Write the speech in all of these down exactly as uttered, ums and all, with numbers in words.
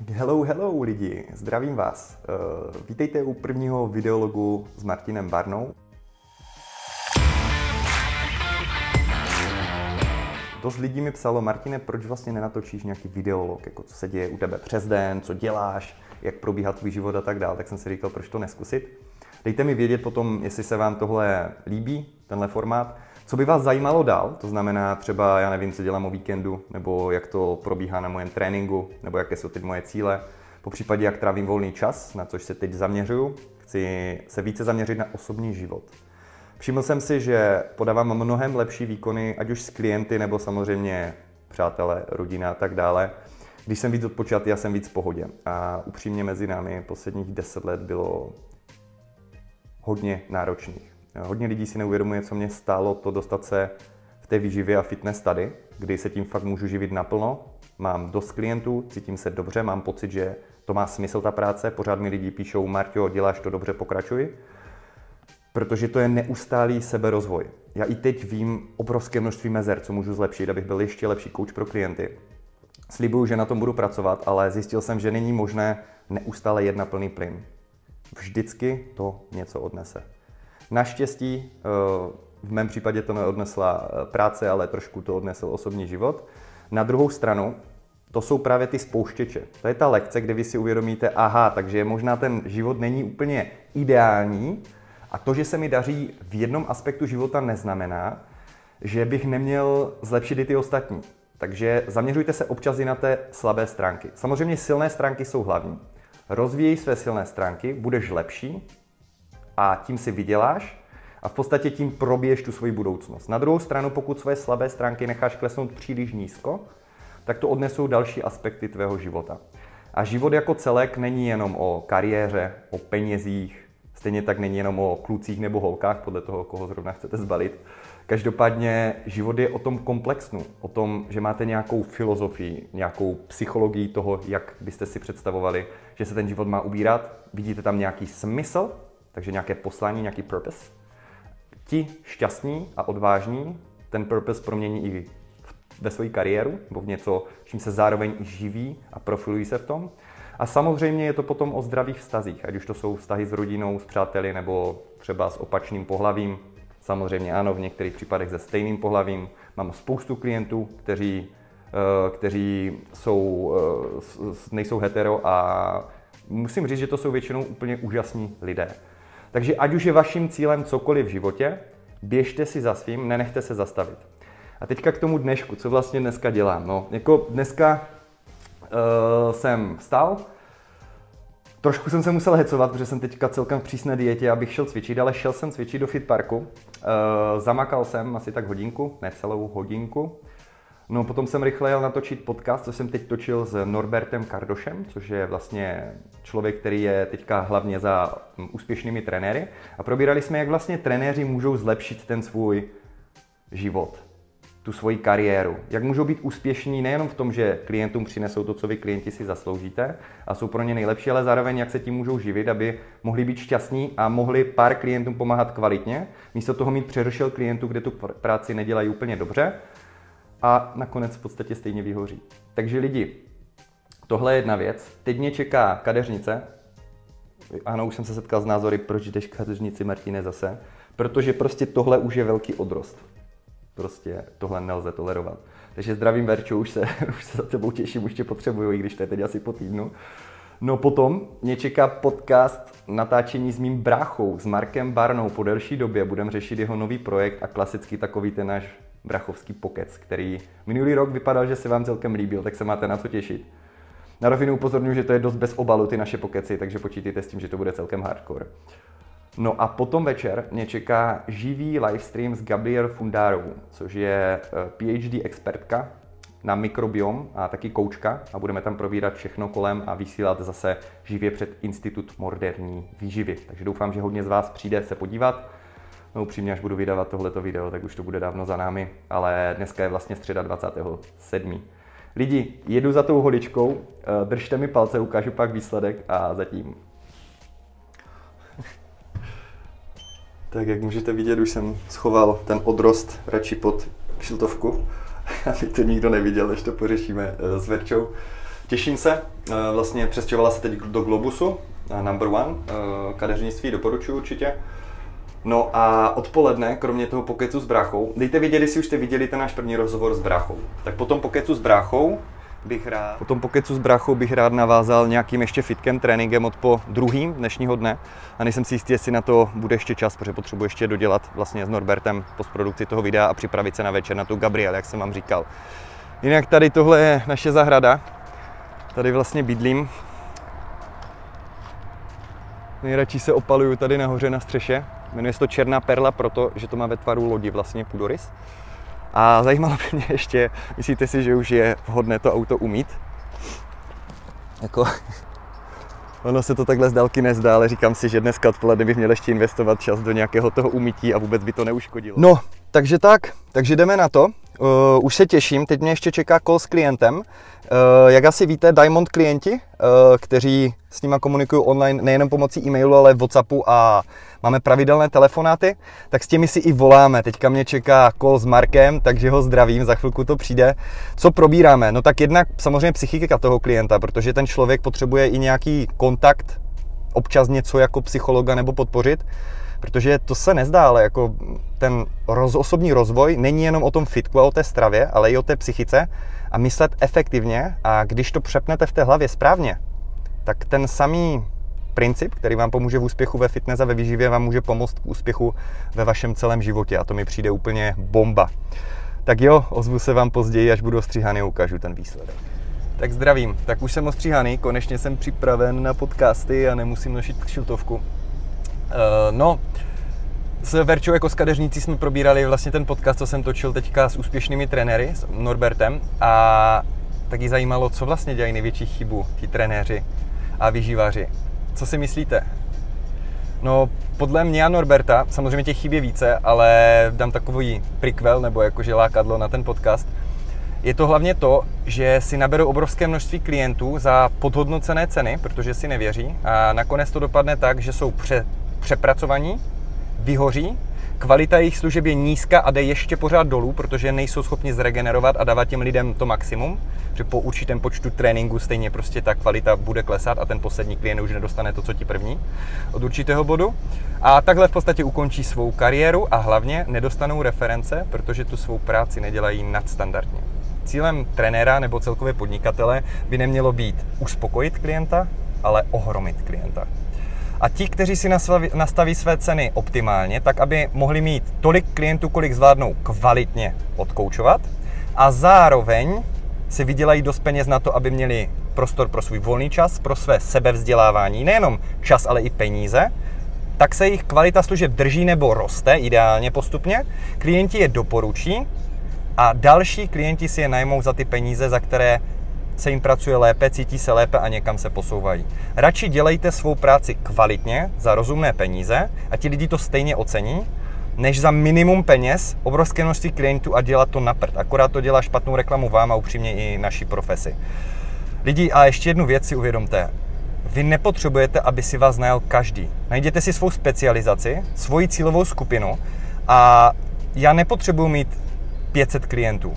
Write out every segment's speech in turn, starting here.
Hello, hello lidi, zdravím vás. Uh, vítejte u prvního videologu s Martinem Barnou. Dost lidí mi psalo: Martine, proč vlastně nenatočíš nějaký videolog, jako co se děje u tebe přes den, co děláš, jak probíhá tvůj život a tak dále. Tak jsem si říkal, proč to neskusit. Dejte mi vědět potom, jestli se vám tohle líbí, tenhle formát. Co by vás zajímalo dál, to znamená třeba, já nevím, co dělám o víkendu, nebo jak to probíhá na mém tréninku, nebo jaké jsou teď moje cíle, popřípadě jak trávím volný čas, na což se teď zaměřuju. Chci se více zaměřit na osobní život. Všiml jsem si, že podávám mnohem lepší výkony, ať už s klienty, nebo samozřejmě přátelé, rodina a tak dále. Když jsem víc odpočatý, já jsem víc v pohodě. A upřímně mezi námi posledních deset let bylo hodně náročných. Hodně lidí si neuvědomuje, co mě stálo to dostat se v té výživě a fitness tady, kdy se tím fakt můžu živit naplno. Mám dost klientů, cítím se dobře, mám pocit, že to má smysl ta práce. Pořád mi lidi píšou: Marťo, děláš to dobře, pokračuj. Protože to je neustálý seberozvoj. Já i teď vím obrovské množství mezer, co můžu zlepšit, abych byl ještě lepší coach pro klienty. Slibuju, že na tom budu pracovat, ale zjistil jsem, že není možné neustále jet na plný plyn. Vždycky to něco odnese. Naštěstí v mém případě to neodnesla práce, ale trošku to odnesl osobní život. Na druhou stranu, to jsou právě ty spouštěče. To je ta lekce, kde vy si uvědomíte: aha, takže možná ten život není úplně ideální a to, že se mi daří v jednom aspektu života, neznamená, že bych neměl zlepšit i ty ostatní. Takže zaměřujte se občas i na té slabé stránky. Samozřejmě silné stránky jsou hlavní. Rozvíjej své silné stránky, budeš lepší a tím si vyděláš a v podstatě tím probiješ tu svoji budoucnost. Na druhou stranu, pokud své slabé stránky necháš klesnout příliš nízko, tak to odnesou další aspekty tvého života. A život jako celek není jenom o kariéře, o penězích, stejně tak není jenom o klucích nebo holkách, podle toho, koho zrovna chcete zbalit. Každopádně život je o tom komplexnu, o tom, že máte nějakou filozofii, nějakou psychologii toho, jak byste si představovali, že se ten život má ubírat. Vidíte tam nějaký smysl, takže nějaké poslání, nějaký purpose. Ti šťastní a odvážní ten purpose promění i ve svoji kariéru, nebo v něco, čím se zároveň i živí a profilují se v tom. A samozřejmě je to potom o zdravých vztazích, ať už to jsou vztahy s rodinou, s přáteli, nebo třeba s opačným pohlavím. Samozřejmě ano, v některých případech se stejným pohlavím. Mám spoustu klientů, kteří, kteří jsou, nejsou hetero, a musím říct, že to jsou většinou úplně úžasní lidé. Takže ať už je vaším cílem cokoliv v životě, běžte si za svým, nenechte se zastavit. A teďka k tomu dnešku, co vlastně dneska dělám. No, jako dneska uh, jsem vstal, trošku jsem se musel hecovat, protože jsem teďka celkem v přísné dietě, abych šel cvičit, ale šel jsem cvičit do fitparku. Uh, zamakal jsem asi tak hodinku, ne celou hodinku. No, potom jsem rychle jel natočit podcast, co jsem teď točil s Norbertem Kardošem, což je vlastně člověk, který je teďka hlavně za úspěšnými trenéry. A probírali jsme, jak vlastně trenéři můžou zlepšit ten svůj život, tu svoji kariéru. Jak můžou být úspěšní nejenom v tom, že klientům přinesou to, co vy klienti si zasloužíte a jsou pro ně nejlepší, ale zároveň jak se tím můžou živit, aby mohli být šťastní a mohli pár klientům pomáhat kvalitně, místo toho mít přehršel klientů, kde tu práci nedělají úplně dobře a nakonec v podstatě stejně vyhoří. Takže lidi, tohle je jedna věc. Teď mě čeká kadeřnice. Ano, už jsem se setkal s názory, proč jdeš k kadeřnici, Martine, zase. Protože prostě tohle už je velký odrost. Prostě tohle nelze tolerovat. Takže zdravím, Verčo, už se, už se za tebou těším, už tě potřebuju, i když to je teď asi po týdnu. No potom mě čeká podcast natáčení s mým bráchou, s Markem Barnou po delší době. Budeme řešit jeho nový projekt a klasicky takový ten náš brachovský pokec, který minulý rok vypadal, že se vám celkem líbil, tak se máte na co těšit. Na rovinu upozorňuji, že to je dost bez obalu ty naše pokeci, takže počítejte s tím, že to bude celkem hardcore. No a potom večer mě čeká živý livestream s Gabriel Fundarovou, což je PhD expertka na mikrobiom a taky koučka, a budeme tam probírat všechno kolem a vysílat zase živě před Institut moderní výživy. Takže doufám, že hodně z vás přijde se podívat. No upřímně, až budu vydávat tohleto video, tak už to bude dávno za námi, ale dneska je vlastně středa dvacátého sedmého Lidi, jedu za tou holičkou, držte mi palce, ukážu pak výsledek a zatím. Tak jak můžete vidět, už jsem schoval ten odrost radši pod kšiltovku, aby to nikdo neviděl, než to pořešíme s Verčou. Těším se, vlastně přestěhovala se teď do Globusu, number one, kadeřnictví, doporučuji určitě. No a odpoledne, kromě toho pokecu s bráchou, dejte vědět, jestli už jste viděli ten náš první rozhovor s bráchou. Tak po tom pokecu s bráchou bych rád, po tom pokecu s bráchou bych rád navázal nějakým ještě fitkem, tréninkem od po druhým dnešního dne. A nejsem si jistý, jestli na to bude ještě čas, protože potřebuji ještě dodělat vlastně s Norbertem postprodukci toho videa a připravit se na večer na tu Gabriel, jak jsem vám říkal. Jinak tady tohle je naše zahrada. Tady vlastně bydlím. Nejradši se opaluju tady nahoře na střeše. Jmenuje se to Černá perla, protože to má ve tvaru lodi vlastně půdorys. A zajímalo by mě ještě, myslíte si, že už je vhodné to auto umýt? Jako, ono se to takhle z dálky nezdá, ale říkám si, že dneska odpoledne bych měl ještě investovat čas do nějakého toho umytí a vůbec by to neuškodilo. No, takže tak, takže jdeme na to. Uh, už se těším, teď mě ještě čeká call s klientem. Uh, jak asi víte, Diamond klienti, uh, kteří s nima komunikují online nejen pomocí e-mailu, ale Whatsappu a máme pravidelné telefonáty, tak s těmi si i voláme. Teďka mě čeká call s Markem, takže ho zdravím, za chvilku to přijde. Co probíráme? No tak jednak samozřejmě psychika toho klienta, protože ten člověk potřebuje i nějaký kontakt, občas něco jako psychologa nebo podpořit. Protože to se nezdá, ale jako ten roz, osobní rozvoj není jenom o tom fitku a o té stravě, ale i o té psychice a myslet efektivně. A když to přepnete v té hlavě správně, tak ten samý princip, který vám pomůže v úspěchu ve fitness a ve výživě, vám může pomoct k úspěchu ve vašem celém životě. A to mi přijde úplně bomba. Tak jo, ozvu se vám později, až budu ostříhaný a ukážu ten výsledek. Tak zdravím, tak už jsem ostříhaný, konečně jsem připraven na podcasty a nemusím nosit kšiltovku. Uh, no, s Verčou jako s kadeřnící jsme probírali vlastně ten podcast, co jsem točil teďka s úspěšnými trenéry, s Norbertem, a taky zajímalo, co vlastně dělají největší chybu ti trenéři a vyživáři. Co si myslíte? No, podle mě a Norberta, samozřejmě těch chyb je více, ale dám takový prequel, nebo jakože lákadlo na ten podcast. Je to hlavně to, že si naberou obrovské množství klientů za podhodnocené ceny, protože si nevěří, a nakonec to dopadne tak, že jsou pře přepracovaní, vyhoří, kvalita jejich služeb je nízká a jde ještě pořád dolů, protože nejsou schopni zregenerovat a dávat těm lidem to maximum, že po určitém počtu tréninku stejně prostě ta kvalita bude klesat a ten poslední klient už nedostane to, co ti první od určitého bodu. A takhle v podstatě ukončí svou kariéru a hlavně nedostanou reference, protože tu svou práci nedělají nadstandardně. Cílem trenéra nebo celkově podnikatele by nemělo být uspokojit klienta, ale ohromit klienta. A ti, kteří si nastaví své ceny optimálně, tak aby mohli mít tolik klientů, kolik zvládnou kvalitně odkoučovat, a zároveň si vydělají dost peněz na to, aby měli prostor pro svůj volný čas, pro své sebevzdělávání, nejenom čas, ale i peníze, tak se jejich kvalita služeb drží nebo roste ideálně postupně, klienti je doporučí a další klienti si je najmou za ty peníze, za které se jim pracuje lépe, cítí se lépe a někam se posouvají. Radši dělejte svou práci kvalitně, za rozumné peníze a ti lidi to stejně ocení, než za minimum peněz obrovské množství klientů a dělat to na prd. Akorát to dělá špatnou reklamu vám a upřímně i naší profesi. Lidi, a ještě jednu věc si uvědomte. Vy nepotřebujete, aby si vás najal každý. Najděte si svou specializaci, svoji cílovou skupinu a já nepotřebuji mít pět set klientů.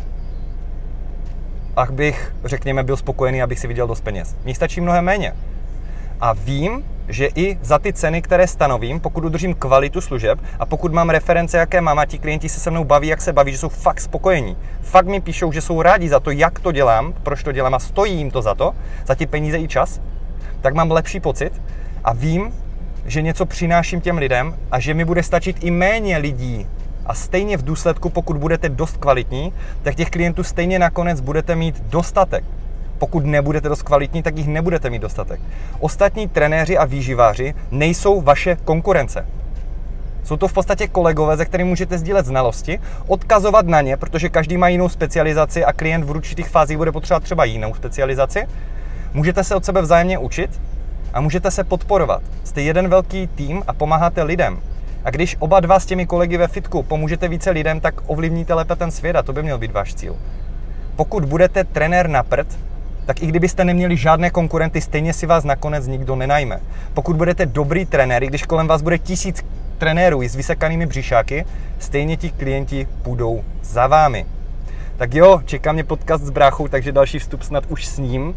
Abych, řekněme, byl spokojený, abych si vydělal dost peněz. Mně stačí mnohem méně. A vím, že i za ty ceny, které stanovím, pokud udržím kvalitu služeb a pokud mám reference, jaké mám, a ti klienti se se mnou baví, jak se baví, že jsou fakt spokojení. Fakt mi píšou, že jsou rádi za to, jak to dělám, proč to dělám a stojí jim to za to, za ty peníze i čas, tak mám lepší pocit a vím, že něco přináším těm lidem a že mi bude stačit i méně lidí. A stejně v důsledku, pokud budete dost kvalitní, tak těch klientů stejně nakonec budete mít dostatek. Pokud nebudete dost kvalitní, tak jich nebudete mít dostatek. Ostatní trenéři a výživáři nejsou vaše konkurence. Jsou to v podstatě kolegové, ze kterých můžete sdílet znalosti, odkazovat na ně, protože každý má jinou specializaci a klient v určitých fázích bude potřebovat třeba jinou specializaci. Můžete se od sebe vzájemně učit a můžete se podporovat. Jste jeden velký tým a pomáháte lidem. A když oba dva s těmi kolegy ve fitku pomůžete více lidem, tak ovlivníte lépe ten svět a to by měl být váš cíl. Pokud budete trenér na prd, tak i kdybyste neměli žádné konkurenty, stejně si vás nakonec nikdo nenajme. Pokud budete dobrý trenér, i když kolem vás bude tisíc trenérů i s vysekanými břišáky, stejně ti klienti půjdou za vámi. Tak jo, čeká mě podcast s bráchou, takže další vstup snad už s ním.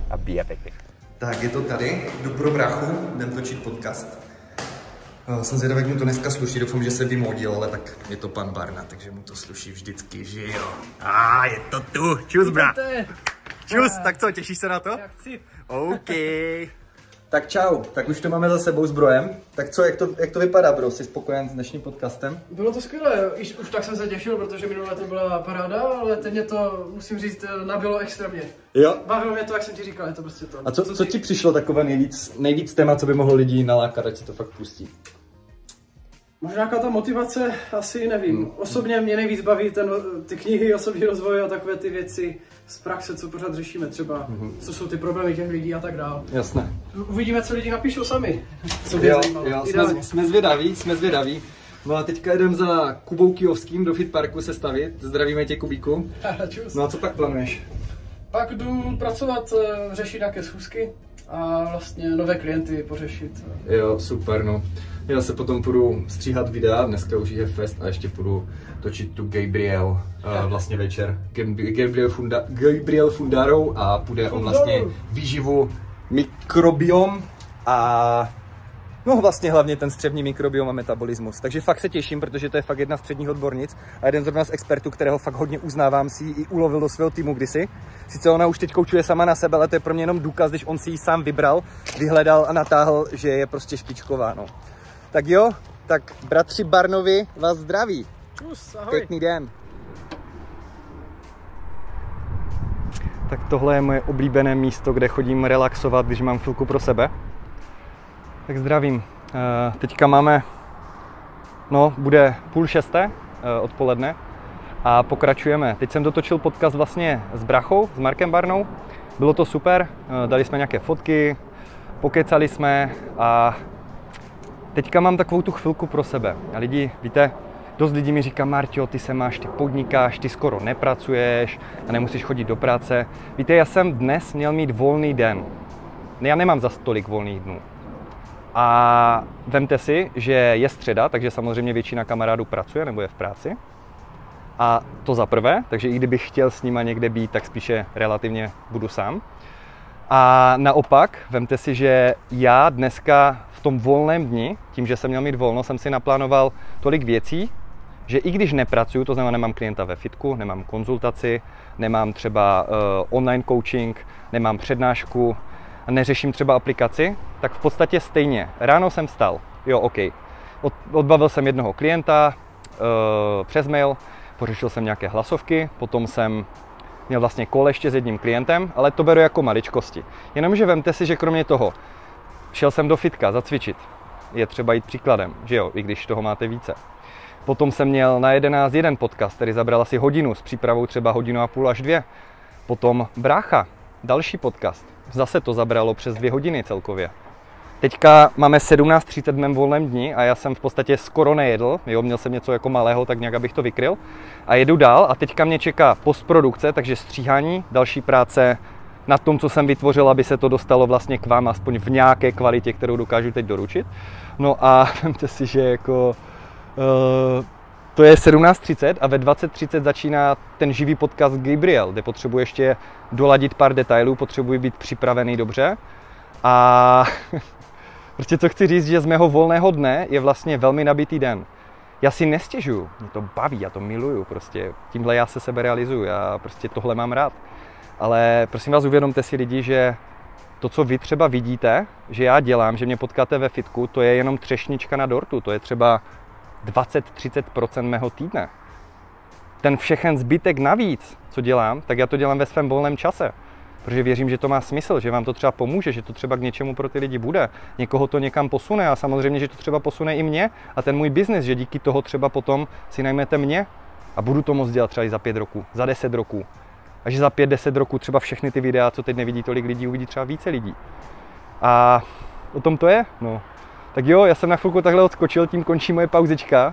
a be effective. Tak je to tady, jdu pro bráchu, jdem točit podcast. Jsem zvědavý, jak mu to dneska sluší, doufám, že se vymodil, ale tak je to pan Barna, takže mu to sluší vždycky, že jo. A je to tu, čus bra. Čus, tak co, těšíš se na to? Já chci. OK. Tak čau, tak už to máme za sebou s Brojem. Tak co, jak to, jak to vypadá, bro? Jsi spokojen s dnešním podcastem? Bylo to skvělé, už, už tak jsem se těšil, protože minulé to byla paráda, ale teď mě to, musím říct, nabilo extrémně. Jo. Bavilo mě to, jak jsem ti říkal, je to prostě to. A co, co ti přišlo takové nejvíc, nejvíc téma, co by mohlo lidi nalákat, ať si to fakt pustí? Možná nějaká ta motivace, asi nevím. Hmm. Osobně mě nejvíc baví ten, ty knihy, osobní rozvoj a takové ty věci z praxe, co pořád řešíme, třeba hmm. co jsou ty problémy těch lidí a tak dále. Jasné. Uvidíme, co lidi napíšou sami. Co by jo, zajímalo. Jo, jsme, jsme zvědaví, jsme zvědaví. No a teďka jdem za Kubou Kyjovským do Fit Parku se stavit. Zdravíme tě, Kubíku. No a co pak plánuješ? Pak jdu pracovat, řešit nějaké schůzky a vlastně nové klienty pořešit. Jo, super, no. Já se potom půjdu stříhat videa, dneska už je fest a ještě půjdu točit tu Gabriel uh, vlastně večer. Gabriel, Funda, Gabriel Fundarou a půjde on vlastně výživu mikrobiom a no vlastně hlavně ten střevní mikrobiom a metabolismus. Takže fakt se těším, protože to je fakt jedna z předních odbornic a jeden zrovna z expertů, kterého fakt hodně uznávám, si ji i ulovil do svého týmu kdysi. Sice ona už teď koučuje sama na sebe, ale to je pro mě jenom důkaz, když on si ji sám vybral, vyhledal a natáhl, že je prostě špičková. No. Tak jo, tak bratři Barnovi vás zdraví. Čus, ahoj. Pěkný den. Tak tohle je moje oblíbené místo, kde chodím relaxovat, když mám chvilku pro sebe. Tak zdravím. Teďka máme, no, bude půl šesté odpoledne a pokračujeme. Teď jsem dotočil podcast vlastně s Brachou, s Markem Barnou. Bylo to super, dali jsme nějaké fotky, pokecali jsme a teďka mám takovou tu chvilku pro sebe. A lidi, víte, dost lidí mi říká, Marťo, ty se máš, ty podnikáš, ty skoro nepracuješ a nemusíš chodit do práce. Víte, já jsem dnes měl mít volný den. Já nemám za tolik volných dnů. A vemte si, že je středa, takže samozřejmě většina kamarádů pracuje nebo je v práci. A to za prvé, takže i kdybych chtěl s nima někde být, tak spíše relativně budu sám. A naopak, vemte si, že já dneska v tom volném dni, tím, že jsem měl mít volno, jsem si naplánoval tolik věcí, že i když nepracuju, to znamená, nemám klienta ve fitku, nemám konzultaci, nemám třeba uh, online coaching, nemám přednášku, a neřeším třeba aplikaci, tak v podstatě stejně. Ráno jsem vstal, jo, OK. Od, odbavil jsem jednoho klienta uh, přes mail, pořešil jsem nějaké hlasovky, potom jsem měl vlastně call ještě s jedním klientem, ale to beru jako maličkosti. Jenomže vemte si, že kromě toho šel jsem do fitka zacvičit. Je třeba jít příkladem, že jo, i když toho máte více. Potom jsem měl na jedenáct jeden podcast, který zabral asi hodinu, s přípravou třeba hodinu a půl až dvě. Potom brácha, další podcast. Zase to zabralo přes dvě hodiny celkově. Teďka máme sedmnáct třicet v mém volném dni a já jsem v podstatě skoro nejedl. Jo, měl jsem něco jako malého, tak nějak abych to vykryl. A jedu dál a teďka mě čeká postprodukce, takže stříhání, další práce na tom, co jsem vytvořil, aby se to dostalo vlastně k vám aspoň v nějaké kvalitě, kterou dokážu teď doručit. No a vemte si, že jako uh, to je sedmnáct třicet a ve dvacet třicet začíná ten živý podcast Gabriel, kde potřebuji ještě doladit pár detailů, potřebuji být připravený dobře. A prostě co chci říct, že z mého volného dne je vlastně velmi nabitý den. Já si nestěžuju, mě to baví, já to miluju, prostě tímhle já se sebe realizuju, já prostě tohle mám rád. Ale prosím vás, uvědomte si lidi, že to, co vy třeba vidíte, že já dělám, že mě potkáte ve fitku, to je jenom třešnička na dortu, to je třeba dvacet až třicet procent mého týdne. Ten všechen zbytek navíc, co dělám, tak já to dělám ve svém volném čase. Protože věřím, že to má smysl, že vám to třeba pomůže, že to třeba k něčemu pro ty lidi bude. Někoho to někam posune a samozřejmě, že to třeba posune i mě a ten můj biznis, že díky toho třeba potom si najmete mě a budu to moct dělat třeba i za pět roků, za deset roků. A že za pět, deset roků třeba všechny ty videa, co teď nevidí tolik lidí, uvidí třeba více lidí. A o tom to je, no. Tak jo, já jsem na chvilku takhle odskočil, tím končí moje pauzička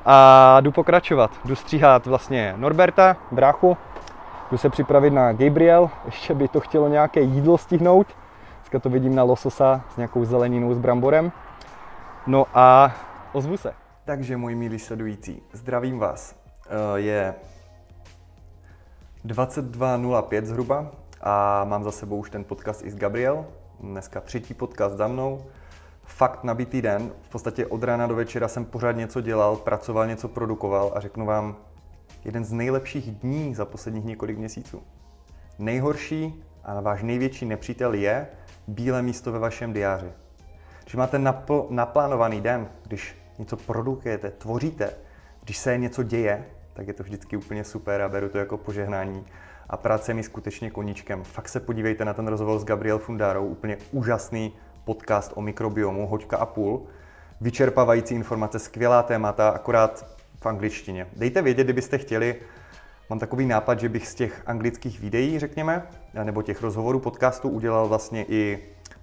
a jdu pokračovat. Jdu stříhat vlastně Norberta, bráchu, jdu se připravit na Gabriel, ještě by to chtělo nějaké jídlo stihnout. Dneska to vidím na lososa s nějakou zeleninou s bramborem. No a ozvu se. Takže moji milí sledující, zdravím vás. Je dvacet dva nula pět zhruba a mám za sebou už ten podcast i s Gabriel. Dneska třetí podcast za mnou. Fakt nabitý den. V podstatě od rána do večera jsem pořád něco dělal, pracoval, něco produkoval a řeknu vám, jeden z nejlepších dní za posledních několik měsíců. Nejhorší a váš největší nepřítel je bílé místo ve vašem diáři. Když máte napl- naplánovaný den, když něco produkujete, tvoříte, když se něco děje, tak je to vždycky úplně super a beru to jako požehnání. A práce mi skutečně koníčkem. Fakt se podívejte na ten rozhovor s Gabriel Fundárou, úplně úžasný podcast o mikrobiomu, hoďka a půl. Vyčerpávající informace, skvělá témata, akorát v angličtině. Dejte vědět, kdybyste chtěli. Mám takový nápad, že bych z těch anglických videí, řekněme, nebo těch rozhovorů podcastů udělal vlastně i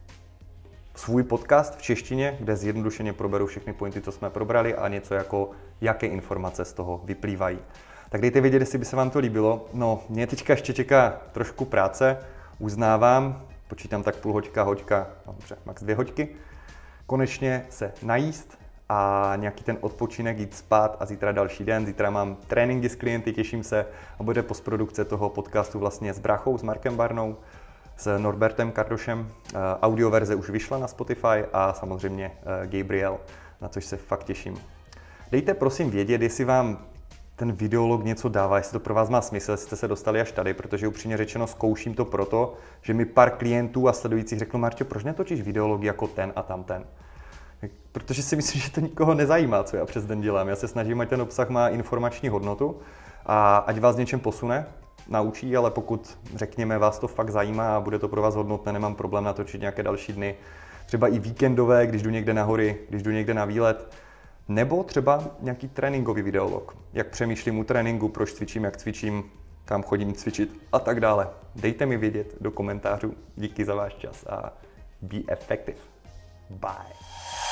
svůj podcast v češtině, kde zjednodušeně proberu všechny pointy, co jsme probrali a něco jako, jaké informace z toho vyplývají. Tak dejte vědět, jestli by se vám to líbilo. No, mě teďka ještě čeká trošku práce, uznávám, počítám tak půl hoďka, hoďka, no dobře, max dvě hoďky. Konečně se najíst a nějaký ten odpočinek, jít spát a zítra další den. Zítra mám tréninky s klienty, těším se a bude postprodukce toho podcastu vlastně s Brachou, s Markem Barnou, s Norbertem Kardošem. Audioverze už vyšla na Spotify a samozřejmě Gabriel, na což se fakt těším. Dejte prosím vědět, jestli vám ten videolog něco dává, jestli to pro vás má smysl, jestli jste se dostali až tady, protože upřímně řečeno zkouším to proto, že mi pár klientů a sledujících řeklo, Marťo, proč netočíš videology jako ten a tamten? Protože si myslím, že to nikoho nezajímá, co já přes den dělám. Já se snažím, ať ten obsah má informační hodnotu a ať vás něčem posune, naučí, ale pokud, řekněme, vás to fakt zajímá a bude to pro vás hodnotné, nemám problém natočit nějaké další dny, třeba i víkendové, když jdu někde na hory, když jdu někde na výlet, nebo třeba nějaký tréninkový videolog. Jak přemýšlím u tréninku, proč cvičím, jak cvičím, kam chodím cvičit a tak dále. Dejte mi vědět do komentářů. Díky za váš čas a be effective. Bye.